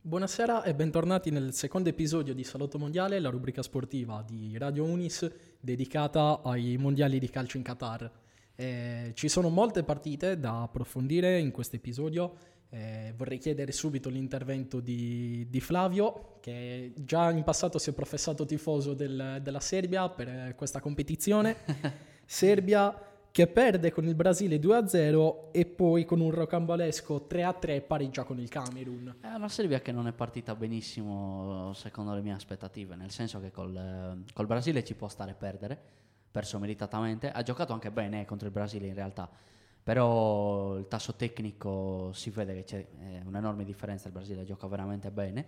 Buonasera e bentornati nel secondo episodio di Salotto Mondiale, la rubrica sportiva di Radio Unis dedicata ai mondiali di calcio in Qatar. Ci sono molte partite da approfondire in questo episodio. Vorrei chiedere subito l'intervento di Flavio, che già in passato si è professato tifoso della Serbia per questa competizione. Serbia che perde con il Brasile 2-0 e poi con un rocambolesco 3-3 pareggia con il Camerun. È una Serbia che non è partita benissimo secondo le mie aspettative, nel senso che col Brasile ci può stare perdere, perso meritatamente, ha giocato anche bene contro il Brasile in realtà, però il tasso tecnico si vede che c'è un'enorme differenza, il Brasile gioca veramente bene,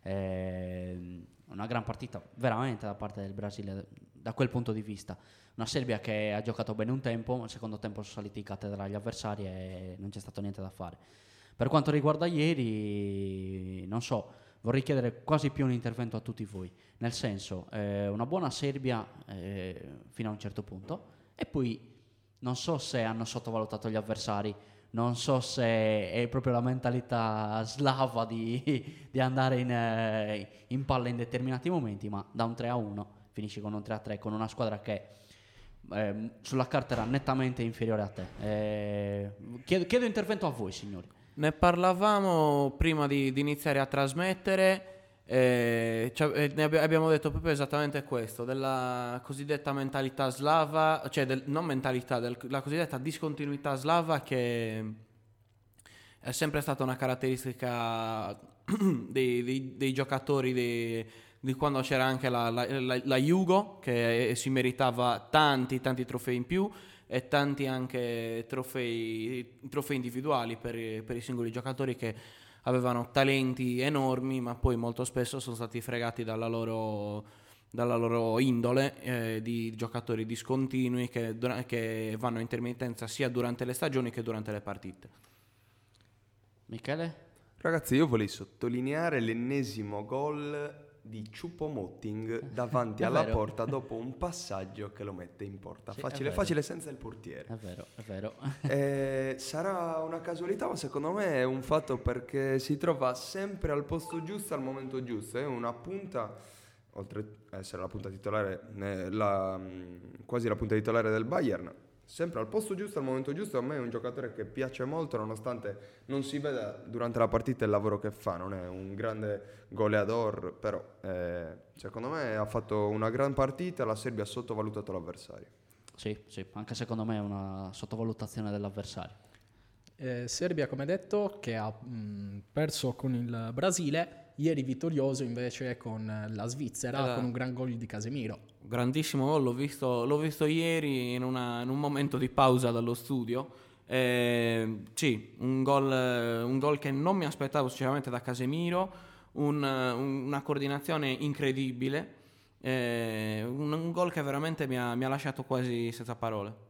una gran partita veramente da parte del Brasile da quel punto di vista. Una Serbia che ha giocato bene un tempo, al secondo tempo sono saliti in cattedra gli avversari e non c'è stato niente da fare. Per quanto riguarda ieri, non so, vorrei chiedere quasi più un intervento a tutti voi, nel senso, una buona Serbia fino a un certo punto, e poi non so se hanno sottovalutato gli avversari, non so se è proprio la mentalità slava di andare in palla in determinati momenti, ma da un 3-1 finisci con un 3-3 con una squadra che sulla carta era nettamente inferiore a te. Chiedo intervento a voi, signori. Ne parlavamo prima di iniziare a trasmettere, abbiamo detto proprio esattamente questo, della cosiddetta mentalità slava, cioè non mentalità, la cosiddetta discontinuità slava, che è sempre stata una caratteristica dei giocatori di quando c'era anche la Jugo, che si meritava tanti trofei in più e tanti anche trofei individuali per i singoli giocatori che avevano talenti enormi, ma poi molto spesso sono stati fregati dalla loro indole, di giocatori discontinui che vanno a intermittenza sia durante le stagioni che durante le partite. Michele? Ragazzi, io voglio sottolineare l'ennesimo gol di Choupo-Moting davanti alla porta dopo un passaggio che lo mette in porta. Sì, facile senza il portiere. È vero. Sarà una casualità, ma secondo me è un fatto, perché si trova sempre al posto giusto al momento giusto. È una punta, oltre ad essere la punta titolare, quasi la punta titolare del Bayern, sempre al posto giusto al momento giusto. A me è un giocatore che piace molto, nonostante non si veda durante la partita il lavoro che fa. Non è un grande goleador, però secondo me ha fatto una gran partita. La Serbia ha sottovalutato l'avversario. Sì, anche secondo me è una sottovalutazione dell'avversario. Serbia, come detto, che ha perso con il Brasile, ieri vittorioso invece con la Svizzera, con un gran gol di Casemiro. Grandissimo gol, l'ho visto ieri in un momento di pausa dallo studio. Sì, un gol che non mi aspettavo sinceramente da Casemiro, una coordinazione incredibile, un gol che veramente mi ha lasciato quasi senza parole.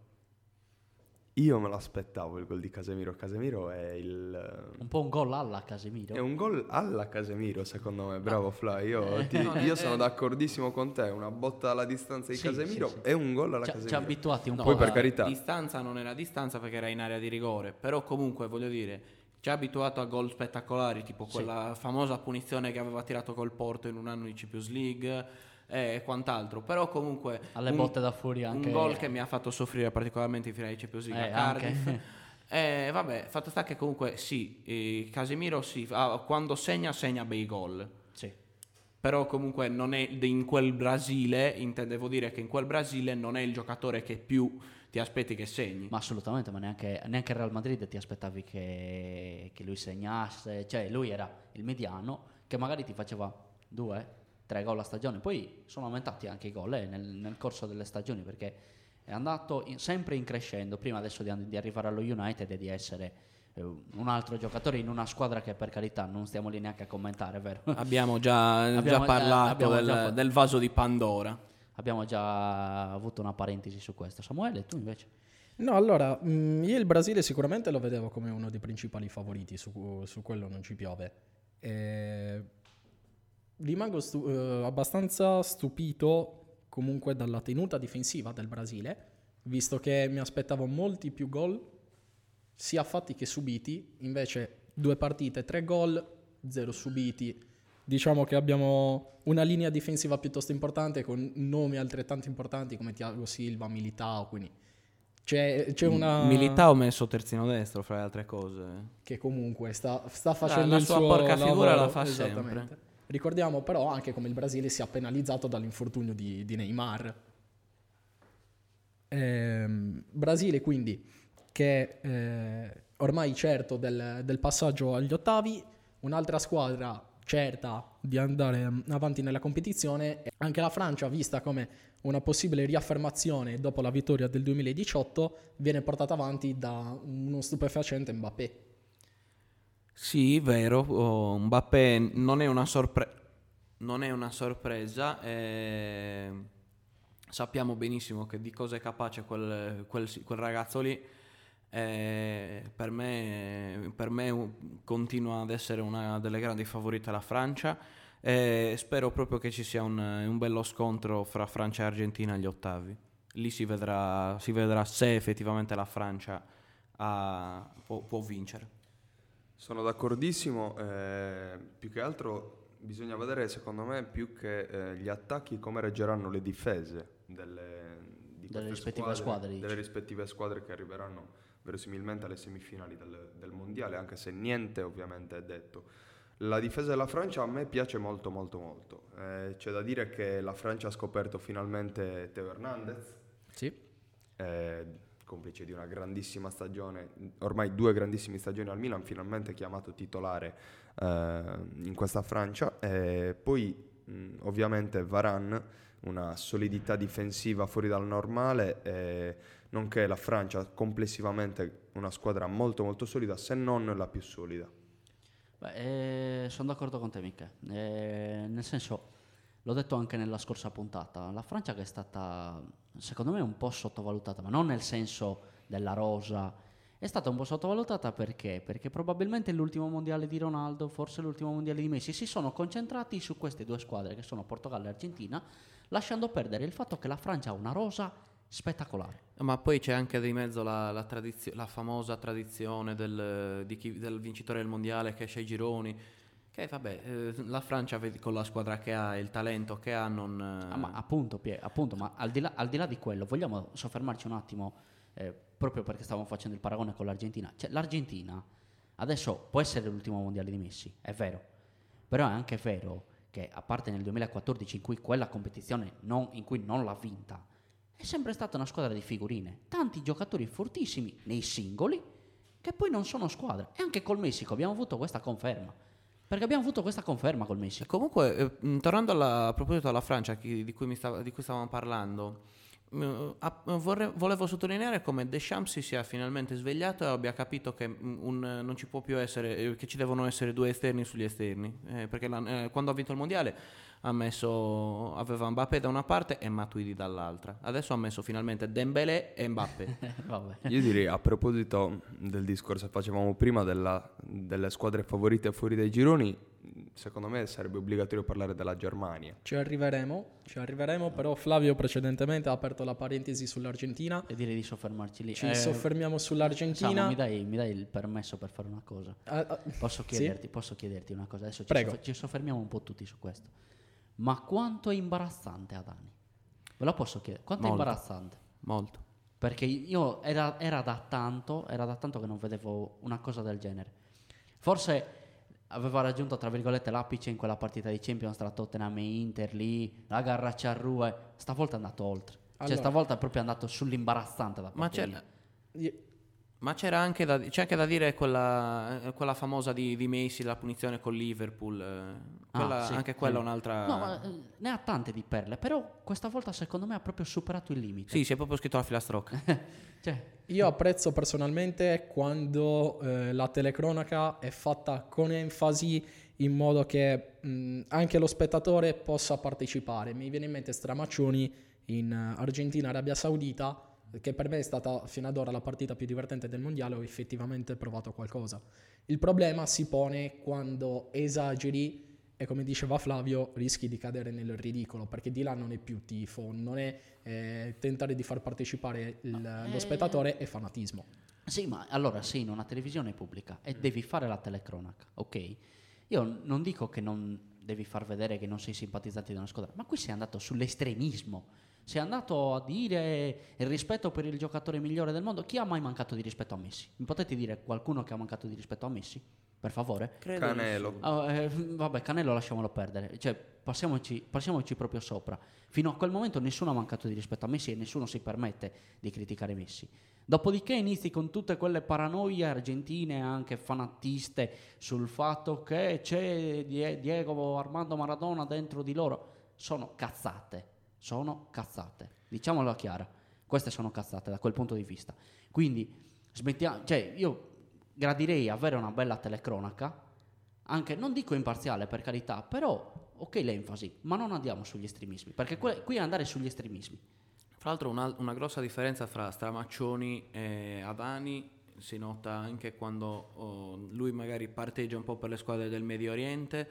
Io me l'aspettavo il gol di Casemiro. Casemiro è un po' un gol alla Casemiro. È un gol alla Casemiro, secondo me. Bravo Fly, io sono d'accordissimo con te. Una botta alla distanza di Casemiro è un gol alla Casemiro. Ci ha abituati un po'. Poi per carità, distanza non era distanza perché era in area di rigore, però comunque voglio dire, ci ha abituato a gol spettacolari, tipo quella famosa punizione che aveva tirato col Porto in un anno di Champions League e quant'altro, però comunque alle botte da fuori anche un gol che mi ha fatto soffrire particolarmente in finale di Champions League a Cardiff. Vabbè, fatto sta che comunque sì, Casemiro quando segna bei gol. Sì. Però comunque non è in quel Brasile, intendevo dire che in quel Brasile non è il giocatore che più ti aspetti che segni. Ma assolutamente, ma neanche il Real Madrid ti aspettavi che lui segnasse, cioè lui era il mediano che magari ti faceva 2-3 gol a stagione. Poi sono aumentati anche i gol nel corso delle stagioni, perché è andato sempre in crescendo, prima adesso di arrivare allo United e di essere un altro giocatore in una squadra che, per carità, non stiamo lì neanche a commentare, vero? Abbiamo già parlato del vaso di Pandora. Abbiamo già avuto una parentesi su questo. Samuele, tu invece? No, allora, io il Brasile sicuramente lo vedevo come uno dei principali favoriti, su quello non ci piove. Rimango abbastanza stupito comunque dalla tenuta difensiva del Brasile, visto che mi aspettavo molti più gol, sia fatti che subiti. Invece 2 partite, 3 gol, 0 subiti. Diciamo che abbiamo una linea difensiva piuttosto importante con nomi altrettanto importanti come Thiago Silva, Militao, quindi c'è una... Militao messo terzino destro, fra le altre cose. che comunque sta facendo la il sua suo porca figura lavoro, la fa esattamente. sempre. Ricordiamo però anche come il Brasile sia penalizzato dall'infortunio di Neymar. Brasile quindi che ormai certo del passaggio agli ottavi, un'altra squadra certa di andare avanti nella competizione, anche la Francia, vista come una possibile riaffermazione dopo la vittoria del 2018, viene portata avanti da uno stupefacente Mbappé. Sì, vero, Mbappé non è una sorpresa, sappiamo benissimo che di cosa è capace quel ragazzo lì. Per me continua ad essere una delle grandi favorite la Francia, spero proprio che ci sia un bello scontro fra Francia e Argentina agli ottavi. Lì si vedrà se effettivamente la Francia può vincere. Sono d'accordissimo, più che altro bisogna vedere, secondo me, più che gli attacchi, come reggeranno le difese delle rispettive squadre, delle rispettive squadre che arriveranno verosimilmente alle semifinali del mondiale, anche se niente ovviamente è detto. La difesa della Francia a me piace molto molto molto, c'è da dire che la Francia ha scoperto finalmente Teo Hernandez, Sì. complice di una grandissima stagione, ormai 2 grandissime stagioni al Milan, finalmente chiamato titolare in questa Francia. Poi ovviamente Varane, una solidità difensiva fuori dal normale, nonché la Francia complessivamente una squadra molto molto solida, se non la più solida. Sono d'accordo con te, Miche. Nel senso, l'ho detto anche nella scorsa puntata, la Francia che è stata, secondo me, un po' sottovalutata, ma non nel senso della rosa, è stata un po' sottovalutata perché probabilmente l'ultimo mondiale di Ronaldo, forse l'ultimo mondiale di Messi, si sono concentrati su queste 2 squadre che sono Portogallo e Argentina, lasciando perdere il fatto che la Francia ha una rosa spettacolare. Ma poi c'è anche di mezzo la famosa tradizione del vincitore del mondiale che esce ai gironi. Che vabbè, la Francia con la squadra che ha, il talento che ha, non... Ma appunto, ma al di là di quello, vogliamo soffermarci un attimo, proprio perché stavamo facendo il paragone con l'Argentina. Cioè, l'Argentina adesso può essere l'ultimo mondiale di Messi, è vero, però è anche vero che a parte nel 2014 in cui quella competizione in cui non l'ha vinta, è sempre stata una squadra di figurine, tanti giocatori fortissimi nei singoli che poi non sono squadra. E anche col Messico abbiamo avuto questa conferma, perché abbiamo avuto questa conferma col Messico. Comunque, tornando a proposito della Francia di cui stavamo parlando, volevo sottolineare come Deschamps si sia finalmente svegliato e abbia capito che non ci può più essere, che ci devono essere 2 esterni sugli esterni, perché quando ha vinto il mondiale aveva Mbappé da una parte e Matuidi dall'altra. Adesso ha messo finalmente Dembélé e Mbappé. Vabbè. Io direi, a proposito del discorso che facevamo prima delle squadre favorite fuori dai gironi, secondo me sarebbe obbligatorio parlare della Germania. Ci arriveremo, però Flavio precedentemente ha aperto la parentesi sull'Argentina. E direi di soffermarci lì. Ci soffermiamo sull'Argentina. Samu, mi dai il permesso per fare una cosa? Posso chiederti una cosa? Adesso ci soffermiamo un po' tutti su questo. Ma quanto è imbarazzante, Adani? Ve lo posso chiedere? Quanto Molto. È imbarazzante? Molto. Perché io era da tanto che non vedevo una cosa del genere. Forse aveva raggiunto, tra virgolette, l'apice in quella partita di Champions tra Tottenham e Inter, lì, la garra Charrue. Stavolta è andato oltre. Allora, stavolta è proprio andato sull'imbarazzante da parte Ma c'è anche da dire quella famosa di Messi, la punizione con Liverpool. Sì, anche quella è sì. un'altra... No, ma ne ha tante di perle, però questa volta secondo me ha proprio superato il limite. Sì, si è proprio scritto la filastrocca. Io apprezzo personalmente quando la telecronaca è fatta con enfasi, in modo che anche lo spettatore possa partecipare. Mi viene in mente Stramaccioni in Argentina, Arabia Saudita, che per me è stata fino ad ora la partita più divertente del mondiale. Ho effettivamente provato qualcosa. Il problema si pone quando esageri e, come diceva Flavio, rischi di cadere nel ridicolo, perché di là non è più tifo, non è tentare di far partecipare lo spettatore, è fanatismo. Sì, ma allora sei in una televisione pubblica e devi fare la telecronaca, ok? Io non dico che non devi far vedere che non sei simpatizzante di una squadra, ma qui sei andato sull'estremismo. Sei andato a dire il rispetto per il giocatore migliore del mondo. Chi ha mai mancato di rispetto a Messi? Mi potete dire qualcuno che ha mancato di rispetto a Messi? Per favore? Canelo. Vabbè, Canelo lasciamolo perdere. Cioè, passiamoci proprio sopra. Fino a quel momento nessuno ha mancato di rispetto a Messi e nessuno si permette di criticare Messi. Dopodiché inizi con tutte quelle paranoie argentine, anche fanattiste, sul fatto che c'è Diego Armando Maradona dentro di loro. Sono cazzate. Diciamolo chiara. Queste sono cazzate da quel punto di vista. Quindi smettiamo, cioè io gradirei avere una bella telecronaca, anche non dico imparziale per carità, però ok l'enfasi, ma non andiamo sugli estremismi, perché qui è andare sugli estremismi. Fra l'altro una grossa differenza fra Stramaccioni e Adani si nota anche quando lui magari parteggia un po' per le squadre del Medio Oriente,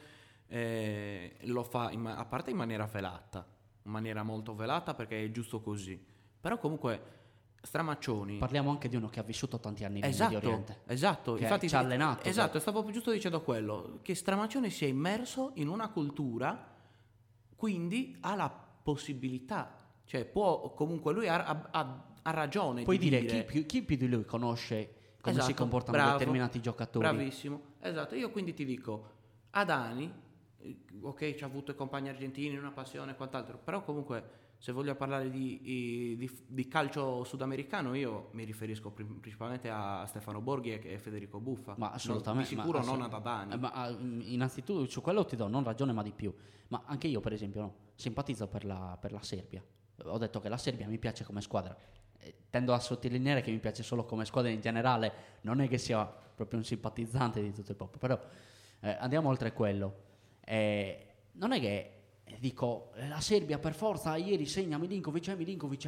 lo fa a parte in maniera velata, in maniera molto velata perché è giusto così, però comunque Stramaccioni... Parliamo anche di uno che ha vissuto tanti anni nel Medio Oriente. Esatto, che infatti ci ha allenato. Esatto, stavo giusto dicendo quello, che Stramaccioni si è immerso in una cultura, quindi ha la possibilità, cioè può comunque, lui ha ragione. Puoi di dire chi più di lui conosce come esatto, si comportano bravo, determinati giocatori. Bravissimo, esatto. Io quindi ti dico, Adani, ok, ci ha avuto i compagni argentini, una passione e quant'altro, però comunque se voglio parlare di calcio sudamericano, io mi riferisco principalmente a Stefano Borghi e Federico Buffa. Ma assolutamente. Di sicuro non ad Adani. Ma innanzitutto su quello ti do non ragione ma di più. Ma anche io per esempio simpatizzo per la Serbia. Ho detto che la Serbia mi piace come squadra. Tendo a sottolineare che mi piace solo come squadra in generale. Non è che sia proprio un simpatizzante di tutto il popolo. Però andiamo oltre quello. Non è che dico la Serbia per forza ieri segna Milinkovic,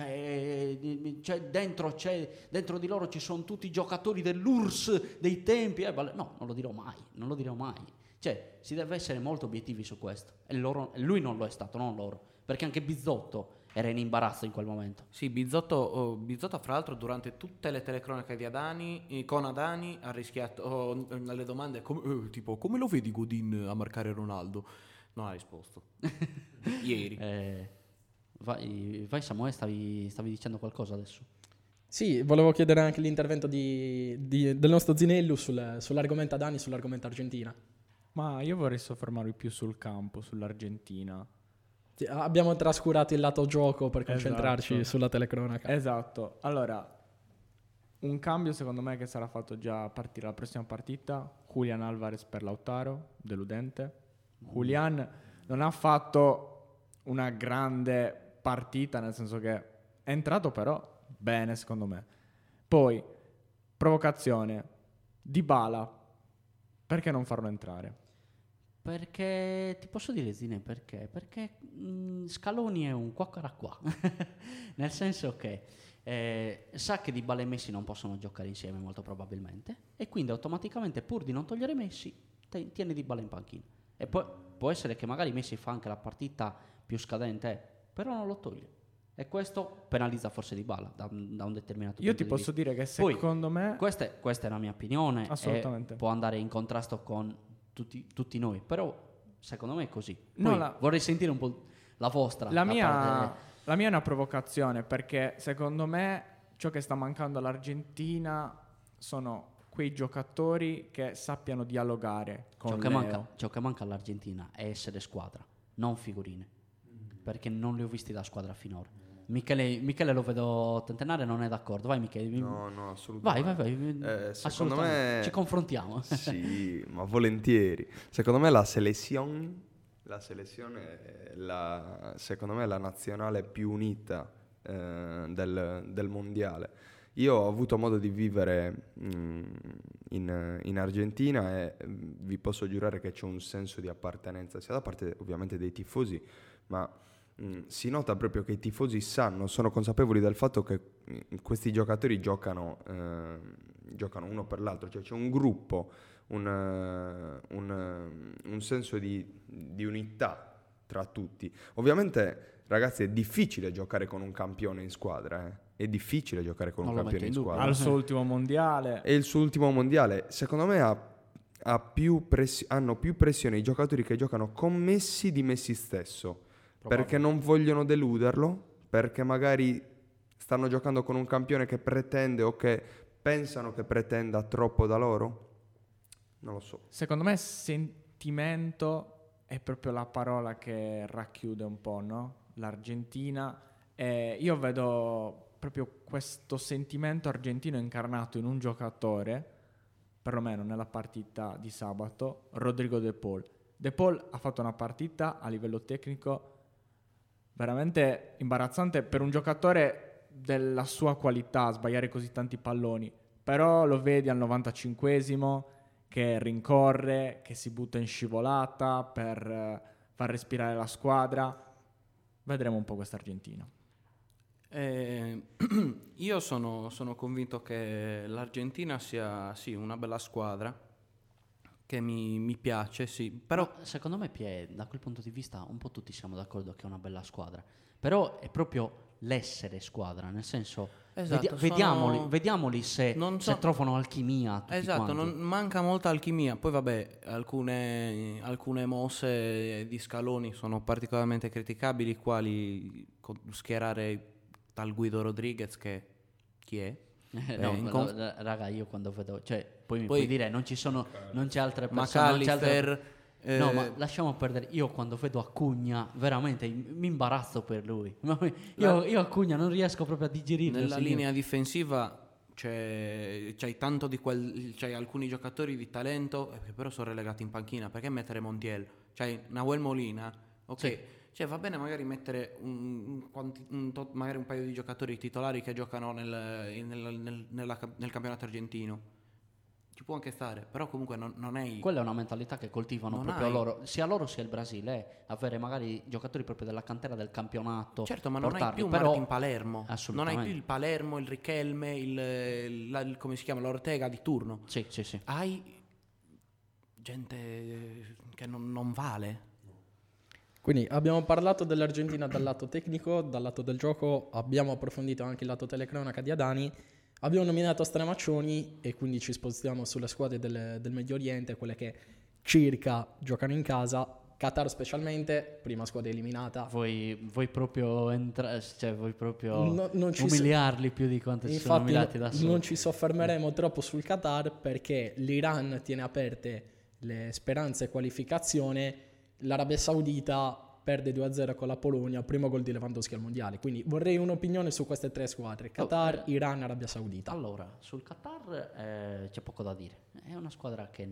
dentro di loro ci sono tutti i giocatori dell'URSS dei tempi, no, non lo dirò mai, cioè si deve essere molto obiettivi su questo e lui non lo è stato, non loro, perché anche Bizzotto era in imbarazzo in quel momento. Sì, Bizzotto fra l'altro durante tutte le telecronache di Adani, con Adani ha rischiato alle domande tipo come lo vedi Godin a marcare Ronaldo? Non ha risposto. Ieri. Vai Samuele, stavi dicendo qualcosa adesso? Sì, volevo chiedere anche l'intervento del nostro Zinello sull'argomento Adani, sull'argomento Argentina. Ma io vorrei soffermarmi più sul campo, sull'Argentina. Abbiamo trascurato il lato gioco per concentrarci sulla telecronaca. Esatto. Allora, un cambio secondo me che sarà fatto già a partire dalla prossima partita, Julián Álvarez per Lautaro, deludente. Julián non ha fatto una grande partita, nel senso che è entrato però bene secondo me. Poi provocazione, Dybala, perché non farlo entrare? Perché ti posso dire Zine perché? Perché Scaloni è un qua, nel senso che sa che Dybala e Messi non possono giocare insieme molto probabilmente e quindi automaticamente pur di non togliere Messi tiene Dybala in panchina. E poi può essere che magari Messi fa anche la partita più scadente, però non lo toglie. E questo penalizza forse Dybala da un determinato Io punto ti di posso vista. dire che secondo me... Questa è la mia opinione. Assolutamente. E può andare in contrasto con tutti noi, però secondo me è così. No, Poi vorrei sentire un po' la vostra. La mia è una provocazione, perché secondo me ciò che sta mancando all'Argentina sono quei giocatori che sappiano dialogare con ciò che manca all'Argentina è essere squadra, non figurine, perché non li ho visti da squadra finora. Michele lo vedo tentennare, non è d'accordo. Vai Michele. No, assolutamente. Vai. Secondo me ci confrontiamo. Sì, ma volentieri. Secondo me la selezione secondo me è la nazionale più unita del mondiale. Io ho avuto modo di vivere in Argentina e vi posso giurare che c'è un senso di appartenenza sia da parte ovviamente dei tifosi, ma si nota proprio che i tifosi sono consapevoli del fatto che questi giocatori giocano uno per l'altro, cioè c'è un gruppo, un senso di unità tra tutti. Ovviamente, ragazzi, è difficile giocare con un campione in squadra, È difficile giocare con un campione in squadra. Al suo ultimo mondiale. E il suo ultimo mondiale, secondo me, hanno più pressione i giocatori che giocano con Messi di Messi stesso, perché non vogliono deluderlo, perché magari stanno giocando con un campione che pretende o che pensano che pretenda troppo da loro. Non lo so. Secondo me sentimento è proprio la parola che racchiude un po', no? L'Argentina. Io vedo proprio questo sentimento argentino incarnato in un giocatore, perlomeno nella partita di sabato, Rodrigo De Paul. De Paul ha fatto una partita a livello tecnico veramente imbarazzante per un giocatore della sua qualità, sbagliare così tanti palloni. Però lo vedi al 95esimo che rincorre, che si butta in scivolata per far respirare la squadra. Vedremo un po' quest'Argentina. Io sono convinto che l'Argentina sia sì una bella squadra che mi piace, sì, però Ma secondo me, da quel punto di vista un po' tutti siamo d'accordo che è una bella squadra, però è proprio l'essere squadra, nel senso esatto, vediamoli se trovano alchimia tutti esatto, quanti. manca molta alchimia. Poi vabbè, alcune mosse di Scaloni sono particolarmente criticabili, quali schierare tal Guido Rodriguez, che chi è? Raga, io quando vedo, cioè poi mi puoi dire non c'è altre persone, McAllister, no, ma lasciamo perdere. Io quando vedo Acugna veramente mi imbarazzo per lui. Io Acugna non riesco proprio a digerirlo. Nella linea difensiva c'hai tanto di c'hai alcuni giocatori di talento che però sono relegati in panchina. Perché mettere Montiel? C'hai Nahuel Molina, ok, Sì. cioè va bene magari mettere magari un paio di giocatori titolari che giocano nel campionato argentino. Ci può anche stare, però comunque non è... Quella è una mentalità che coltivano proprio loro sia il Brasile, avere magari giocatori proprio della cantera del campionato. Certo, ma non hai più però, Martin Palermo, non hai assolutamente. più il Palermo, il Riquelme, il come si chiama, l'Ortega di turno. Sì. Hai gente che non vale. Quindi abbiamo parlato dell'Argentina dal lato tecnico, dal lato del gioco, abbiamo approfondito anche il lato telecronaca di Adani, abbiamo nominato Stramaccioni e quindi ci spostiamo sulle squadre del Medio Oriente, quelle che circa giocano in casa, Qatar specialmente, prima squadra eliminata. Vuoi proprio Non ci umiliarli più di quanto si sono Infatti umiliati da soli. non ci soffermeremo troppo sul Qatar perché l'Iran tiene aperte le speranze qualificazione, l'Arabia Saudita perde 2-0 con la Polonia, primo gol di Lewandowski al mondiale. Quindi vorrei un'opinione su queste tre squadre: Qatar, Iran, Arabia Saudita. Allora, sul Qatar c'è poco da dire. È una squadra che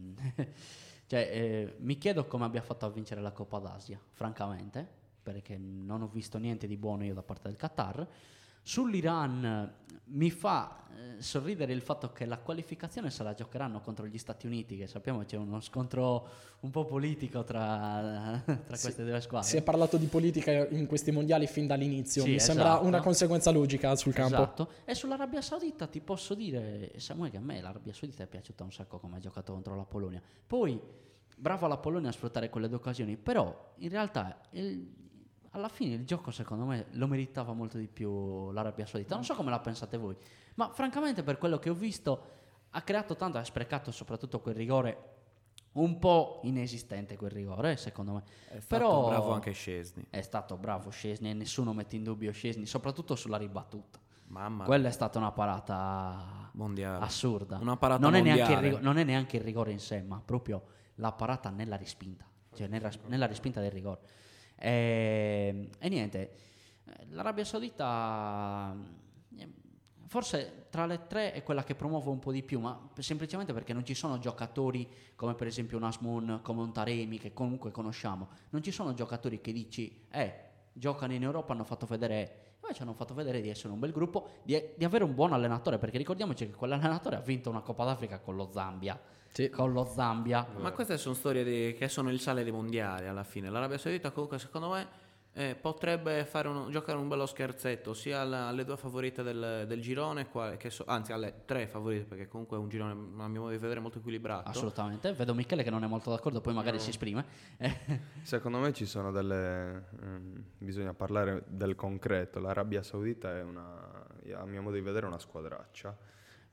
mi chiedo come abbia fatto a vincere la Coppa d'Asia, francamente, perché non ho visto niente di buono io da parte del Qatar. Sull'Iran mi fa sorridere il fatto che la qualificazione se la giocheranno contro gli Stati Uniti, che sappiamo c'è uno scontro un po' politico tra queste due squadre. Si è parlato di politica in questi mondiali fin dall'inizio, Sì, mi esatto. sembra una conseguenza logica sul campo. Esatto. E sull'Arabia Saudita ti posso dire, Samuele, che a me l'Arabia Saudita è piaciuta un sacco come ha giocato contro la Polonia. Poi, bravo la Polonia a sfruttare quelle due occasioni, però in realtà alla fine il gioco secondo me lo meritava molto di più l'Arabia Saudita. Non so come la pensate voi, ma francamente per quello che ho visto ha creato tanto, ha sprecato soprattutto quel rigore un po' inesistente, quel rigore secondo me. È stato Però bravo anche Szczesny. è stato bravo Szczesny e nessuno mette in dubbio Szczesny, soprattutto sulla ribattuta. Mamma Quella è stata una parata mondiale. Assurda. Una parata non mondiale. non è neanche il rigore in sé, ma proprio la parata nella rispinta, cioè nella rispinta del rigore. E niente, l'Arabia Saudita forse tra le tre è quella che promuove un po' di più, ma semplicemente perché non ci sono giocatori come per esempio un Asmoon, come un Taremi, che comunque conosciamo. Non ci sono giocatori che dici giocano in Europa, invece hanno fatto vedere di essere un bel gruppo, di avere un buon allenatore, perché ricordiamoci che quell'allenatore ha vinto una Coppa d'Africa con lo Zambia. Sì. Con lo Zambia. Ma queste sono storie che sono il sale dei mondiali alla fine. L'Arabia Saudita comunque secondo me potrebbe giocare un bello scherzetto sia alle due favorite del girone, anzi alle tre favorite, perché comunque è un girone a mio modo di vedere molto equilibrato. Assolutamente. Vedo Michele che non è molto d'accordo, poi magari si esprime. Secondo me ci sono bisogna parlare del concreto. L'Arabia Saudita è a mio modo di vedere una squadraccia.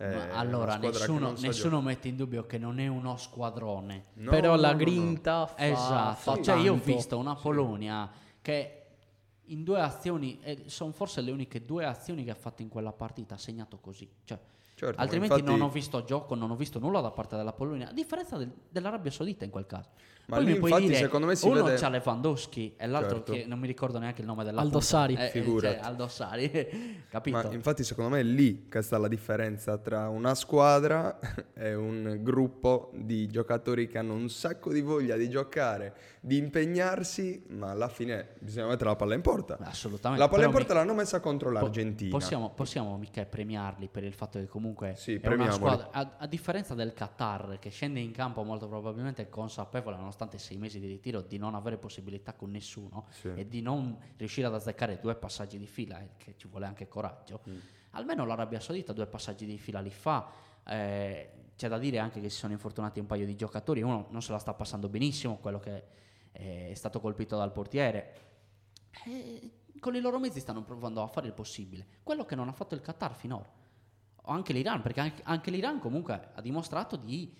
Ma allora, una squadra che non sa nessuno mette in dubbio che non è uno squadrone. No, Però la no. grinta fa, Esatto, fa cioè io ho tanto. visto una Polonia che in 2 azioni, sono forse le uniche 2 azioni che ha fatto in quella partita, ha segnato così. Cioè, Certo, ma altrimenti infatti- non ho visto gioco, non ho visto nulla da parte della Polonia, a differenza dell'Arabia Saudita in quel caso. Ma Poi lì mi puoi infatti dire, secondo me si uno vede- c'ha Lewandowski e l'altro Certo. che non mi ricordo neanche il nome della Aldo punta. Sari. Figurati. Aldo Sari, capito? Ma infatti secondo me è lì che sta la differenza tra una squadra e un gruppo di giocatori che hanno un sacco di voglia di giocare, di impegnarsi, ma alla fine bisogna mettere la palla in porta. Assolutamente. La palla in Però porta l'hanno messa contro l'Argentina. Possiamo mica premiarli per il fatto che comunque Sì, è una premiamoli. squadra, a differenza del Qatar, che scende in campo molto probabilmente consapevole, nonostante 6 mesi di ritiro, di non avere possibilità con nessuno Sì. e di non riuscire ad azzeccare 2 passaggi di fila, che ci vuole anche coraggio. Almeno l'Arabia Saudita 2 passaggi di fila li fa. C'è da dire anche che si sono infortunati un paio di giocatori, uno non se la sta passando benissimo, quello che è stato colpito dal portiere. Con i loro mezzi stanno provando a fare il possibile, quello che non ha fatto il Qatar finora, o anche l'Iran, perché anche l'Iran comunque ha dimostrato di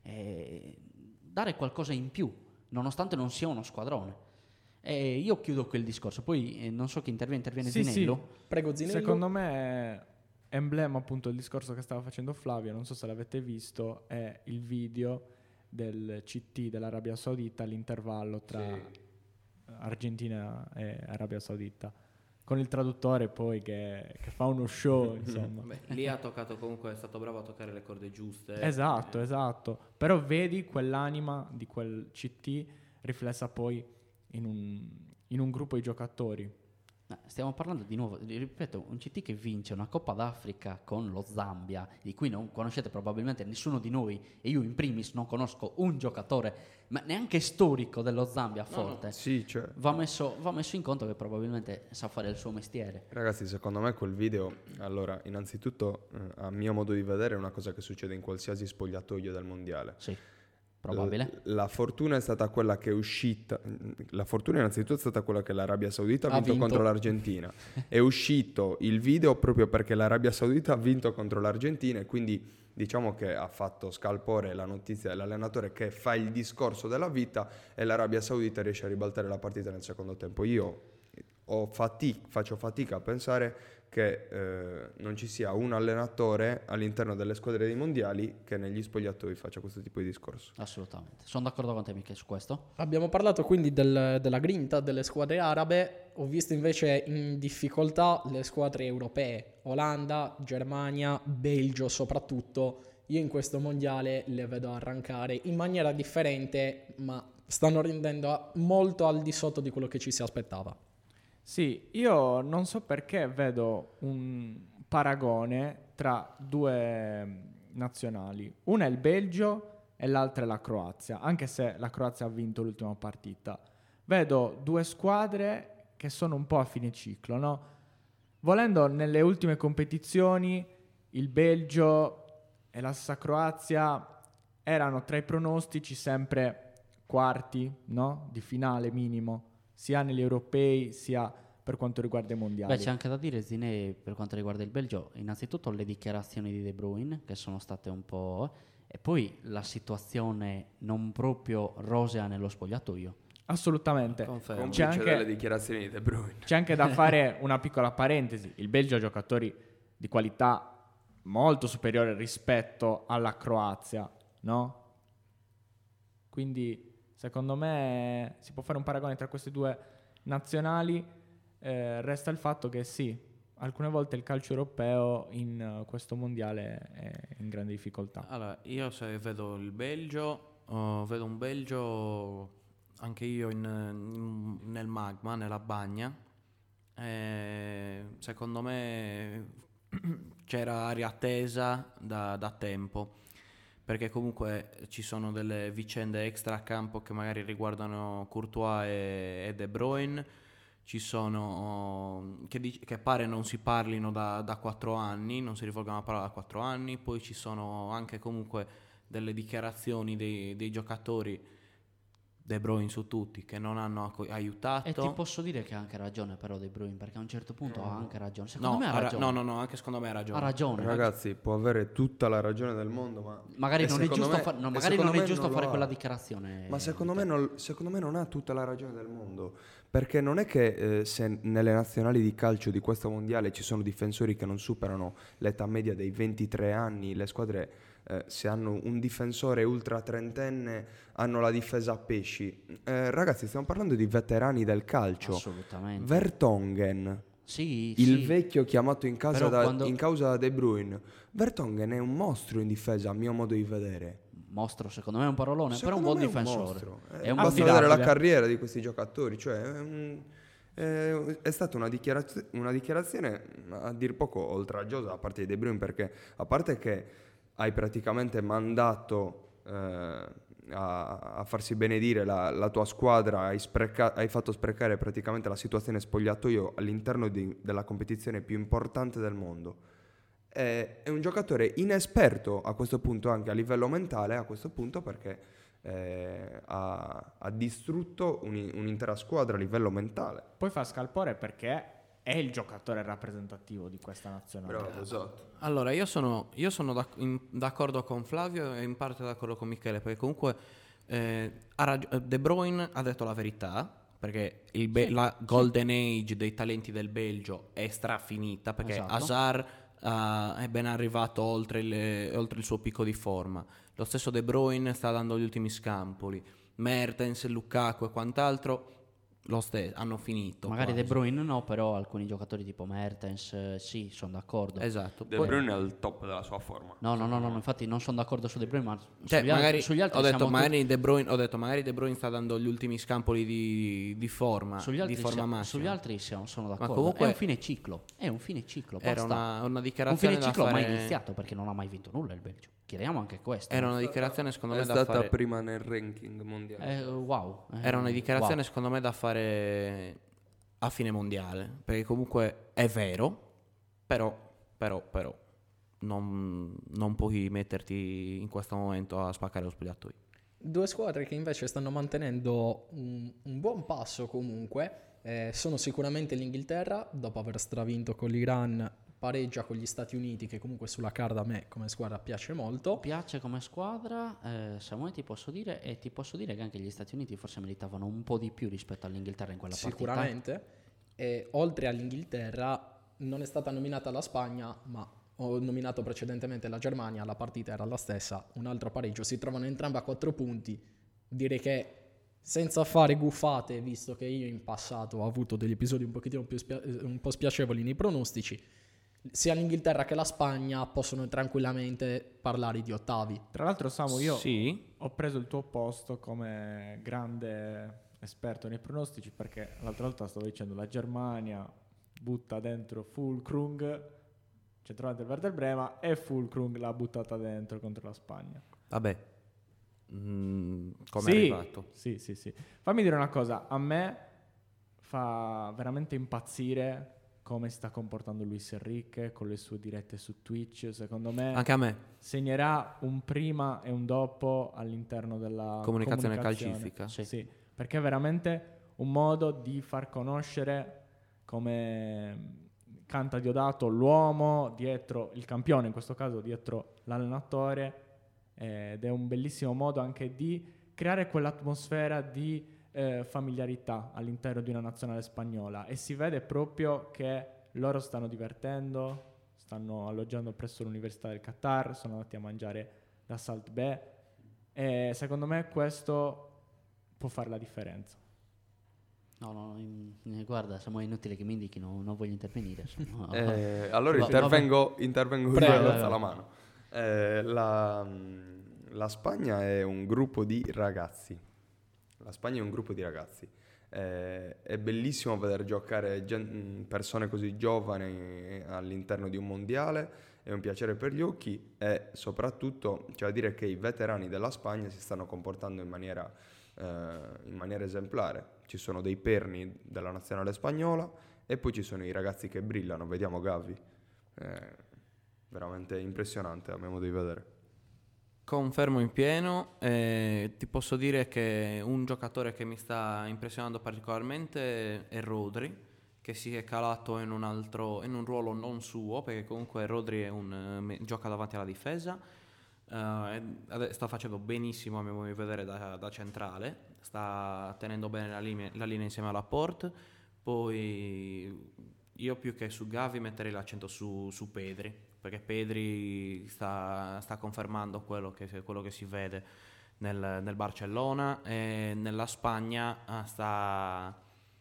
dare qualcosa in più, nonostante non sia uno squadrone. E io chiudo qui il discorso, poi non so chi interviene Sì, Zinello. Prego Zinello. Secondo me è emblema appunto il discorso che stava facendo Flavio, non so se l'avete visto, è il video del CT dell'Arabia Saudita all'intervallo tra Argentina e Arabia Saudita, con il traduttore poi che fa uno show, insomma. Beh, lì ha toccato comunque, è stato bravo a toccare le corde giuste. Esatto. Però vedi quell'anima di quel CT riflessa poi in un gruppo di giocatori. Stiamo parlando di nuovo, ripeto, un CT che vince una Coppa d'Africa con lo Zambia, di cui non conoscete probabilmente nessuno di noi, e io in primis non conosco un giocatore, ma neanche storico dello Zambia forte. Sì, cioè, Va messo in conto che probabilmente sa fare il suo mestiere. ragazzi, secondo me quel video, allora, innanzitutto, a mio modo di vedere, è una cosa che succede in qualsiasi spogliatoio del mondiale. Sì, probabile. La fortuna è stata quella che è uscita. La fortuna, innanzitutto, è stata quella che l'Arabia Saudita ha vinto contro l'Argentina. È uscito il video proprio perché l'Arabia Saudita ha vinto contro l'Argentina e quindi diciamo che ha fatto scalpore la notizia dell'allenatore che fa il discorso della vita e l'Arabia Saudita riesce a ribaltare la partita nel secondo tempo. Io faccio fatica a pensare che non ci sia un allenatore all'interno delle squadre dei mondiali che negli spogliatoi faccia questo tipo di discorso. Assolutamente. Sono d'accordo con te, Michele, su questo. Abbiamo parlato quindi della grinta delle squadre arabe, ho visto invece in difficoltà le squadre europee, Olanda, Germania, Belgio soprattutto. Io in questo mondiale le vedo arrancare in maniera differente, ma stanno rendendo molto al di sotto di quello che ci si aspettava. Sì, io non so perché vedo un paragone tra 2 nazionali. Una è il Belgio e l'altra è la Croazia, anche se la Croazia ha vinto l'ultima partita. Vedo 2 squadre che sono un po' a fine ciclo, no? Volendo, nelle ultime competizioni il Belgio e la stessa Croazia erano tra i pronostici sempre quarti, no? Di finale minimo, sia negli europei sia per quanto riguarda i mondiali. Beh, c'è anche da dire, Zine, per quanto riguarda il Belgio, innanzitutto le dichiarazioni di De Bruyne, che sono state un po'... e poi la situazione non proprio rosea nello spogliatoio. Assolutamente. Confermo. C'è Complice anche, delle dichiarazioni di De Bruyne. c'è anche da fare una piccola parentesi. Il Belgio ha giocatori di qualità molto superiore rispetto alla Croazia, no? Quindi secondo me si può fare un paragone tra queste 2 nazionali. Resta il fatto che sì, alcune volte il calcio europeo in questo mondiale è in grande difficoltà. Allora, io se vedo il Belgio, vedo un Belgio anche io nel magma, nella bagna. Secondo me c'era aria tesa da tempo, perché comunque ci sono delle vicende extra campo che magari riguardano Courtois e De Bruyne. Ci sono che pare non si parlino da 4 anni, non si rivolgano la parola da 4 anni. Poi ci sono anche comunque delle dichiarazioni dei giocatori De Bruyne su tutti, che non hanno aiutato. E ti posso dire che ha anche ragione però De Bruyne, perché a un certo punto ha anche ragione. Secondo No, me ha ragione. no, anche secondo me ha ragione. Ha ragione. Ragazzi, può avere tutta la ragione del mondo, ma Magari e non è secondo giusto, me- fa- no, e magari secondo non è me giusto non lo fare ha. quella dichiarazione. Ma secondo me non ha tutta la ragione del mondo, perché non è che se nelle nazionali di calcio di questo mondiale ci sono difensori che non superano l'età media dei 23 anni, le squadre se hanno un difensore ultra trentenne hanno la difesa a pesci. Ragazzi, stiamo parlando di veterani del calcio. Assolutamente. Vertonghen, Sì, il sì. vecchio chiamato in Però quando- in causa da De Bruyne. Vertonghen è un mostro in difesa, a mio modo di vedere. Mostro, secondo me è un parolone, però è un Secondo buon me difensore. mostro. È un Basta buon vedere la affidabile. carriera di questi giocatori, cioè è stata una dichiarazione a dir poco oltraggiosa a parte di De Bruyne, perché a parte che hai praticamente mandato a farsi benedire la tua squadra, hai fatto sprecare praticamente la situazione spogliatoio all'interno della competizione più importante del mondo. È un giocatore inesperto a questo punto, anche a livello mentale, a questo punto, perché ha distrutto un'intera squadra a livello mentale. Poi fa scalpore perché è il giocatore rappresentativo di questa nazionale. Bravo, esatto. Allora, io sono d'accordo con Flavio e in parte d'accordo con Michele, perché comunque De Bruyne ha detto la verità, perché la golden age dei talenti del Belgio è strafinita, perché Esatto. Hazard è ben arrivato oltre il suo picco di forma. Lo stesso De Bruyne sta dando gli ultimi scampoli. Mertens, Lukaku e quant'altro hanno finito. Magari quasi. De Bruyne no, però alcuni giocatori tipo Mertens, sì, sono d'accordo. Esatto. De Poi- Bruyne è al top della sua forma. No, infatti non sono d'accordo su De Bruyne, ma Cioè, sugli altri ho detto, siamo magari De Bruyne sta dando gli ultimi scampoli di forma, sugli altri, di forma siamo, massima. sugli altri sono d'accordo. comunque è un fine ciclo. Era Basta. una Un dichiarazione fine da ciclo mai fare. iniziato perché non ha mai vinto nulla il Belgio. Chiariamo anche questo. Era una dichiarazione secondo È me da stata fare. prima nel ranking mondiale. Wow. Era una dichiarazione wow. secondo me da fare a fine mondiale, perché comunque è vero, però non puoi metterti in questo momento a spaccare lo spogliatoio. Due squadre che invece stanno mantenendo un buon passo comunque sono sicuramente l'Inghilterra, dopo aver stravinto con l'Iran, pareggia con gli Stati Uniti, che comunque sulla carta a me come squadra piace molto. Piace come squadra, Samuele, ti posso dire che anche gli Stati Uniti forse meritavano un po' di più rispetto all'Inghilterra in quella partita. Sicuramente. E oltre all'Inghilterra non è stata nominata la Spagna, ma ho nominato precedentemente la Germania, la partita era la stessa, un altro pareggio, si trovano entrambe a 4 punti. Direi che senza fare guffate, visto che io in passato ho avuto degli episodi un pochettino più un po' spiacevoli nei pronostici, sia l'Inghilterra che la Spagna possono tranquillamente parlare di ottavi. Tra l'altro, Samu, io Sì, ho preso il tuo posto come grande esperto nei pronostici, perché l'altra volta stavo dicendo la Germania butta dentro Fulkrug, centravanti del Werder Brema, e Fulkrug l'ha buttata dentro contro la Spagna. vabbè. Come Sì, è arrivato? Sì. Fammi dire una cosa, a me fa veramente impazzire come si sta comportando Luis Enrique con le sue dirette su Twitch. Secondo me Anche a me. segnerà un prima e un dopo all'interno della Comunicazione calcistica. Sì, perché è veramente un modo di far conoscere come canta Diodato l'uomo dietro il campione, in questo caso dietro l'allenatore, ed è un bellissimo modo anche di creare quell'atmosfera di familiarità all'interno di una nazionale spagnola, e si vede proprio che loro stanno divertendo, stanno alloggiando presso l'Università del Qatar, sono andati a mangiare da Salt Bay, e secondo me questo può fare la differenza. No, guarda, siamo inutile che mi indichi, non voglio intervenire. Allora intervengo io Prego, e alzo vai. la mano. La Spagna è un gruppo di ragazzi. È bellissimo vedere giocare persone così giovani all'interno di un mondiale, è un piacere per gli occhi, e soprattutto c'è da dire che i veterani della Spagna si stanno comportando in maniera esemplare. Ci sono dei perni della nazionale spagnola e poi ci sono i ragazzi che brillano. Vediamo Gavi, veramente impressionante a mio modo di vedere. Confermo in pieno, ti posso dire che un giocatore che mi sta impressionando particolarmente è Rodri, che si è calato in un ruolo non suo, perché comunque Rodri gioca davanti alla difesa, sta facendo benissimo a mio modo di vedere da centrale, sta tenendo bene la linea insieme alla Laporte. Poi io più che su Gavi metterei l'accento su Pedri, perché Pedri sta confermando quello che si vede nel Barcellona, e nella Spagna sta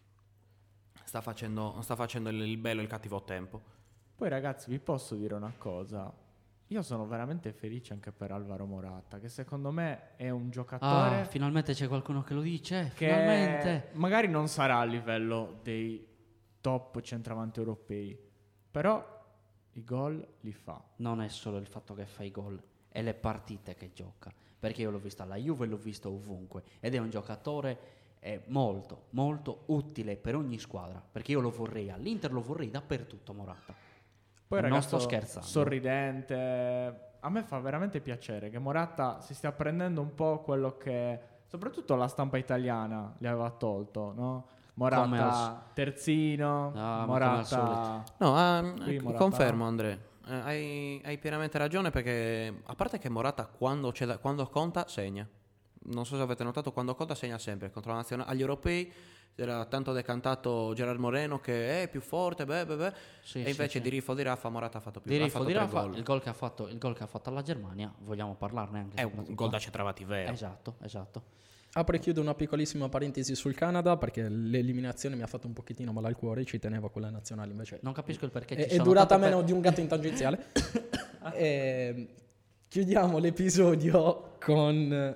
facendo il bello e il cattivo tempo. Poi ragazzi, vi posso dire una cosa. Io sono veramente felice anche per Alvaro Morata, che secondo me è un giocatore finalmente c'è qualcuno che lo dice, che finalmente. magari non sarà a livello dei top centravanti europei, però i gol li fa. Non è solo il fatto che fa i gol, è le partite che gioca, perché io l'ho visto alla Juve e l'ho visto ovunque, ed è un giocatore molto molto utile per ogni squadra, perché io lo vorrei all'Inter, lo vorrei dappertutto Morata. Poi Non ragazzo sto scherzando. sorridente. A me fa veramente piacere che Morata si stia prendendo un po' quello che soprattutto la stampa italiana gli aveva tolto, no? Morata terzino, ma Morata. No, Qui Morata. confermo Andrea, hai pienamente ragione, perché a parte che Morata quando conta segna. Non so se avete notato, quando conta segna sempre contro la nazionale. Agli europei era tanto decantato Gerard Moreno che è più forte, Sì, e invece sì. di Riffo di Raffa Morata ha fatto più. Di ha Riffo fatto di tre Rafa, gol. il gol che ha fatto alla Germania, vogliamo parlarne anche. È un soprattutto. gol da centravanti vero. Esatto. Apro e chiudo una piccolissima parentesi sul Canada, perché l'eliminazione mi ha fatto un pochettino male al cuore, ci tenevo a quella nazionale invece. Non capisco il perché È ci sono durata tante meno di un gatto in tangenziale. Chiudiamo l'episodio con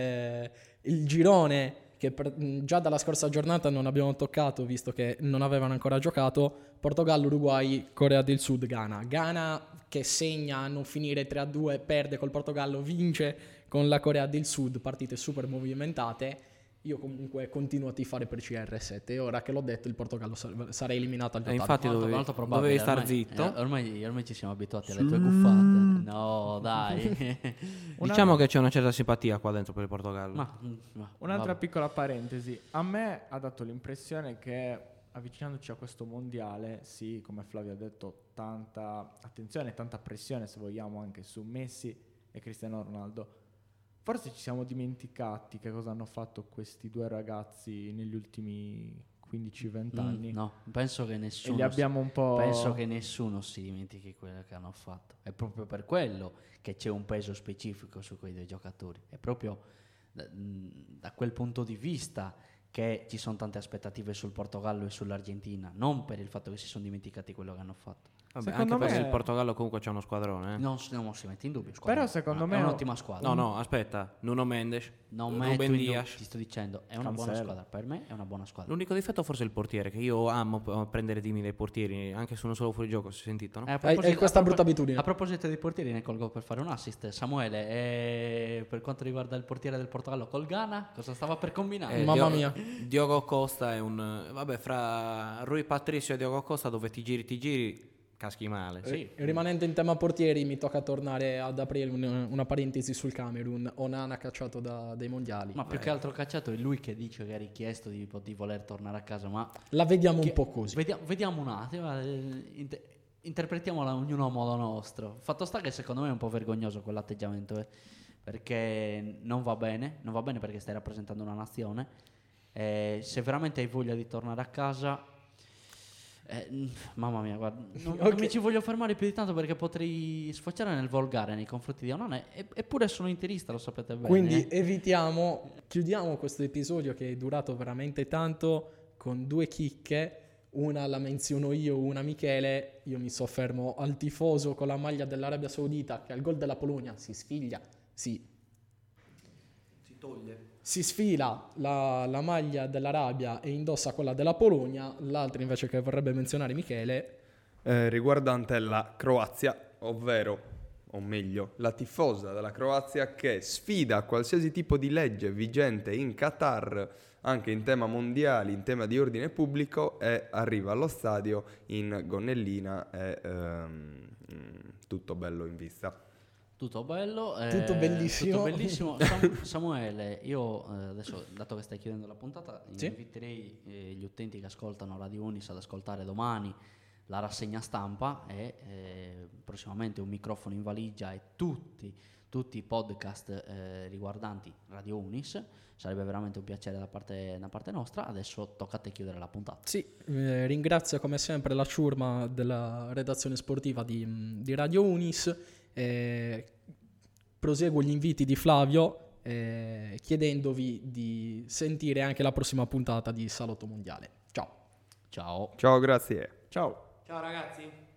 il girone che già dalla scorsa giornata non abbiamo toccato, visto che non avevano ancora giocato. Portogallo, Uruguay, Corea del Sud, Ghana. Ghana che segna a non finire 3-2, perde col Portogallo, vince con la Corea del Sud, partite super movimentate. Io comunque continuo a tifare per CR7 e ora che l'ho detto il Portogallo sarà eliminato agli E ottavi. infatti molto probabile. dovevi star Ormai- zitto. Ormai ci siamo abituati alle tue guffate. No, dai. Diciamo che c'è una certa simpatia qua dentro per il Portogallo. Un'altra vabbè. piccola parentesi. A me ha dato l'impressione che avvicinandoci a questo mondiale, sì, come Flavio ha detto, tanta attenzione, tanta pressione, se vogliamo, anche su Messi e Cristiano Ronaldo. Forse ci siamo dimenticati che cosa hanno fatto questi due ragazzi negli ultimi 15-20 anni. No, penso che E nessuno li abbiamo un po'. penso che nessuno si dimentichi quello che hanno fatto. È proprio per quello che c'è un peso specifico su quei due giocatori. È proprio da quel punto di vista che ci sono tante aspettative sul Portogallo e sull'Argentina, non per il fatto che si sono dimenticati quello che hanno fatto. Vabbè, Secondo anche perché me- il Portogallo comunque c'è uno squadrone. Non si mette in dubbio. Però secondo me è un'ottima squadra. No, aspetta, Nuno Mendes, Non Ruben metto in dubbio, Dias. ti sto dicendo, è una buona Cancelo. squadra. Per me è una buona squadra. L'unico difetto forse è il portiere, che io amo prendere timi dai portieri, anche su uno solo fuorigioco, si è sentito, no? A Hai proposito- questa a brutta abitudine. A proposito dei portieri, ne colgo per fare un assist. Samuele, per quanto riguarda il portiere del Portogallo col Ghana, cosa stava per combinare? Mamma mia. Diogo Costa è un... Vabbè, fra Rui Patricio e Diogo Costa dove ti giri, caschi male. Sì. Rimanendo in tema portieri, mi tocca tornare ad aprire una parentesi sul Camerun. Onana cacciato dai mondiali. Ma più che altro cacciato è lui che dice che ha richiesto di voler tornare a casa. Ma La vediamo un po' così. Vediamo un attimo, interpretiamola ognuno a modo nostro. Fatto sta che secondo me è un po' vergognoso quell'atteggiamento, perché non va bene perché stai rappresentando una nazione. Se veramente hai voglia di tornare a casa, mamma mia, guarda, non mi ci voglio fermare più di tanto perché potrei sfociare nel volgare nei confronti di Onana, eppure sono interista, lo sapete bene. Quindi chiudiamo questo episodio che è durato veramente tanto con due chicche. Una la menziono io, una Michele. Io mi soffermo al tifoso con la maglia dell'Arabia Saudita che al gol della Polonia si sfiglia, si toglie. si sfila la maglia dell'Arabia e indossa quella della Polonia. L'altra invece che vorrebbe menzionare Michele, Riguardante la Croazia, ovvero, o meglio, la tifosa della Croazia che sfida qualsiasi tipo di legge vigente in Qatar, anche in tema mondiali, in tema di ordine pubblico, e arriva allo stadio in gonnellina e tutto bello in vista. Tutto bello, Tutto bellissimo. tutto bellissimo. Samuele, io adesso, dato che stai chiudendo la puntata, Sì. inviterei gli utenti che ascoltano Radio Unis ad ascoltare domani la rassegna stampa e prossimamente un microfono in valigia e tutti i podcast riguardanti Radio Unis. Sarebbe veramente un piacere da parte nostra. Adesso tocca a te chiudere la puntata. Sì, ringrazio come sempre la ciurma della redazione sportiva di Radio Unis. Proseguo gli inviti di Flavio chiedendovi di sentire anche la prossima puntata di Salotto Mondiale. Ciao. Ciao. Ciao, grazie. Ciao. Ciao ragazzi.